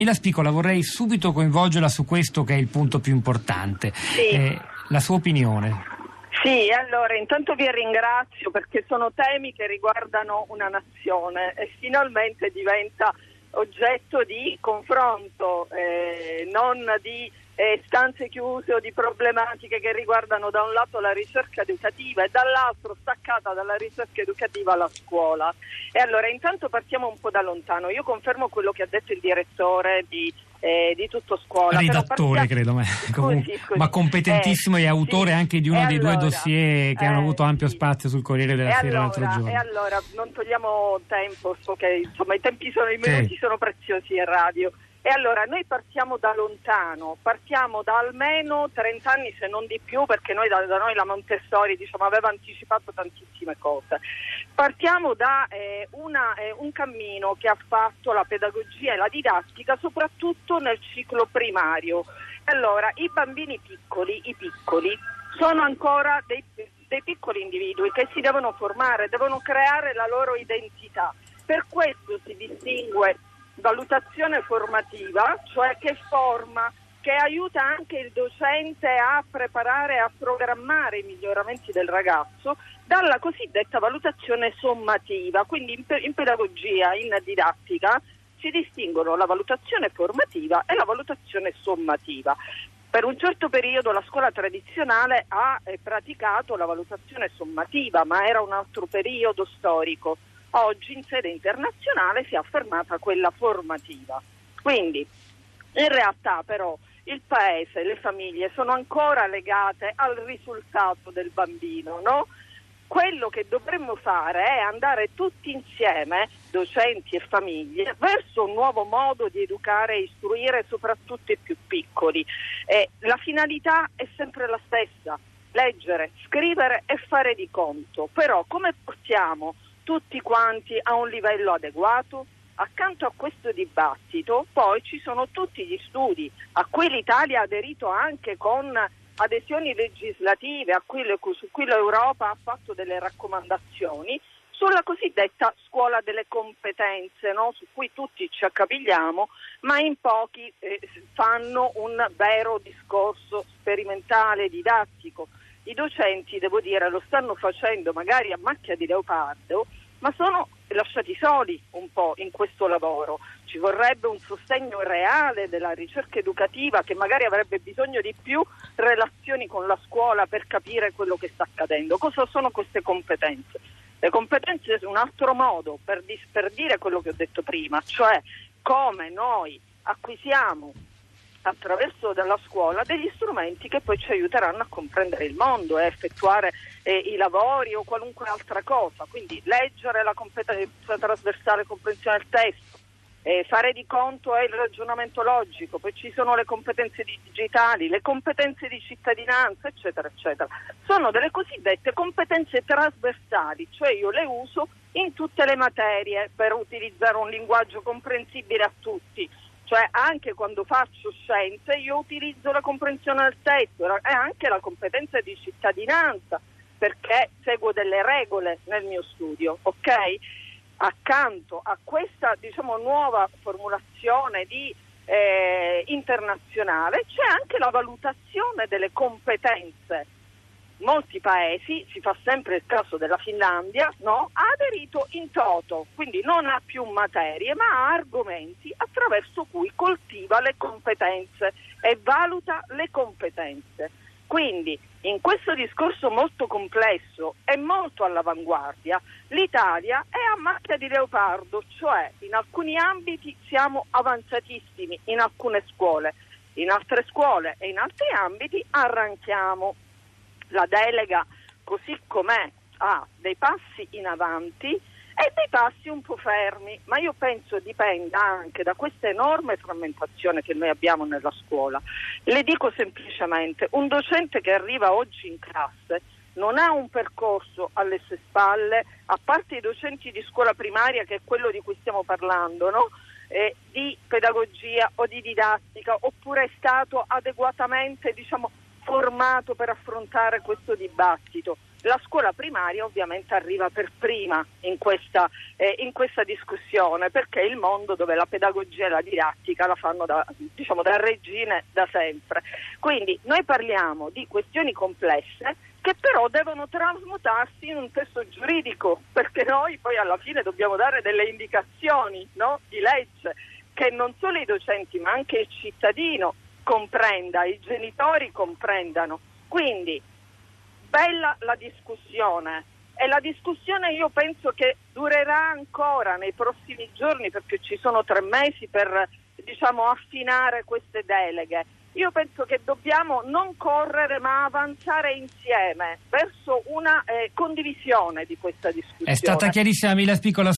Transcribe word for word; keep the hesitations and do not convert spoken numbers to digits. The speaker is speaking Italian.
La Spicola, vorrei subito coinvolgerla su questo che è il punto più importante. Sì. Eh, la sua opinione. Sì, allora intanto vi ringrazio perché sono temi che riguardano una nazione e finalmente diventa oggetto di confronto, eh, non di eh, stanze chiuse o di problematiche che riguardano da un lato la ricerca educativa e dall'altro, staccata dalla ricerca educativa, la scuola. E allora intanto partiamo un po' da lontano. Io confermo quello che ha detto il direttore di, eh, di Tutto Scuola. Redattore, partiamo... credo, ma, scusi, scusi. ma competentissimo eh, e autore sì. anche di uno e dei allora, due dossier che eh, hanno avuto ampio sì. spazio sul Corriere della e Sera allora, l'altro giorno. E allora, non togliamo tempo, so che insomma i tempi sono, i minuti sì. sono preziosi in radio. E allora noi partiamo da lontano, partiamo da almeno trenta anni se non di più, perché noi da, da noi la Montessori diciamo aveva anticipato tantissime cose. Partiamo da eh, una, eh, un cammino che ha fatto la pedagogia e la didattica soprattutto nel ciclo primario. Allora i bambini piccoli, i piccoli sono ancora dei, dei piccoli individui che si devono formare, devono creare la loro identità. Per questo si distingue valutazione formativa, cioè che forma, che aiuta anche il docente a preparare e a programmare i miglioramenti del ragazzo, dalla cosiddetta valutazione sommativa. Quindi in, in pedagogia, in didattica, si distinguono la valutazione formativa e la valutazione sommativa. Per un certo periodo la scuola tradizionale ha eh, praticato la valutazione sommativa, ma era un altro periodo storico. Oggi in sede internazionale si è affermata quella formativa. Quindi in realtà però il paese, le famiglie sono ancora legate al risultato del bambino, no? Quello che dovremmo fare è andare tutti insieme, docenti e famiglie, verso un nuovo modo di educare e istruire soprattutto i più piccoli. E la finalità è sempre la stessa: leggere, scrivere e fare di conto. Però come portiamo tutti quanti a un livello adeguato? Accanto a questo dibattito poi ci sono tutti gli studi a cui l'Italia ha aderito anche con adesioni legislative, a cui le, su cui l'Europa ha fatto delle raccomandazioni sulla cosiddetta scuola delle competenze, no? Su cui tutti ci accapigliamo, ma in pochi eh, fanno un vero discorso sperimentale, didattico. I docenti, devo dire, lo stanno facendo magari a macchia di leopardo, ma sono lasciati soli un po' in questo lavoro. Ci vorrebbe un sostegno reale della ricerca educativa, che magari avrebbe bisogno di più relazioni con la scuola per capire quello che sta accadendo. Cosa sono queste competenze? Le competenze sono un altro modo per, dis- per dire quello che ho detto prima, cioè come noi acquisiamo attraverso dalla scuola degli strumenti che poi ci aiuteranno a comprendere il mondo e a effettuare eh, i lavori o qualunque altra cosa. Quindi leggere, la competenza trasversale, comprensione del testo, eh, fare di conto è il ragionamento logico, poi ci sono le competenze digitali, le competenze di cittadinanza, eccetera, eccetera. Sono delle cosiddette competenze trasversali, cioè io le uso in tutte le materie per utilizzare un linguaggio comprensibile a tutti. Cioè anche quando faccio scienze io utilizzo la comprensione del testo e anche la competenza di cittadinanza, perché seguo delle regole nel mio studio, ok? Accanto a questa, diciamo, nuova formulazione di eh, internazionale c'è anche la valutazione delle competenze. Molti paesi, si fa sempre il caso della Finlandia, no? Ha aderito in toto, quindi non ha più materie ma ha argomenti attraverso cui coltiva le competenze e valuta le competenze. Quindi in questo discorso molto complesso e molto all'avanguardia l'Italia è a macchia di leopardo, cioè in alcuni ambiti siamo avanzatissimi, in alcune scuole, in altre scuole e in altri ambiti arranchiamo. La delega così com'è ha dei passi in avanti e dei passi un po' fermi, ma io penso dipenda anche da questa enorme frammentazione che noi abbiamo nella scuola. Le dico semplicemente, un docente che arriva oggi in classe non ha un percorso alle sue spalle, a parte i docenti di scuola primaria, che è quello di cui stiamo parlando, no? Eh, di pedagogia o di didattica, oppure è stato adeguatamente, diciamo, formato per affrontare questo dibattito. la scuola primaria ovviamente arriva per prima in questa, eh, in questa discussione, perché è il mondo dove la pedagogia e la didattica la fanno da, diciamo, da regine da sempre. Quindi noi parliamo di questioni complesse che però devono trasmutarsi in un testo giuridico, perché noi poi alla fine dobbiamo dare delle indicazioni, no? Di legge che non solo i docenti ma anche il cittadino comprenda, i genitori comprendano. Quindi bella la discussione, e la discussione io penso che durerà ancora nei prossimi giorni, perché ci sono tre mesi per, diciamo, affinare queste deleghe. Io penso che dobbiamo non correre ma avanzare insieme verso una eh, condivisione di questa discussione. È stata chiarissima Mila Spicola.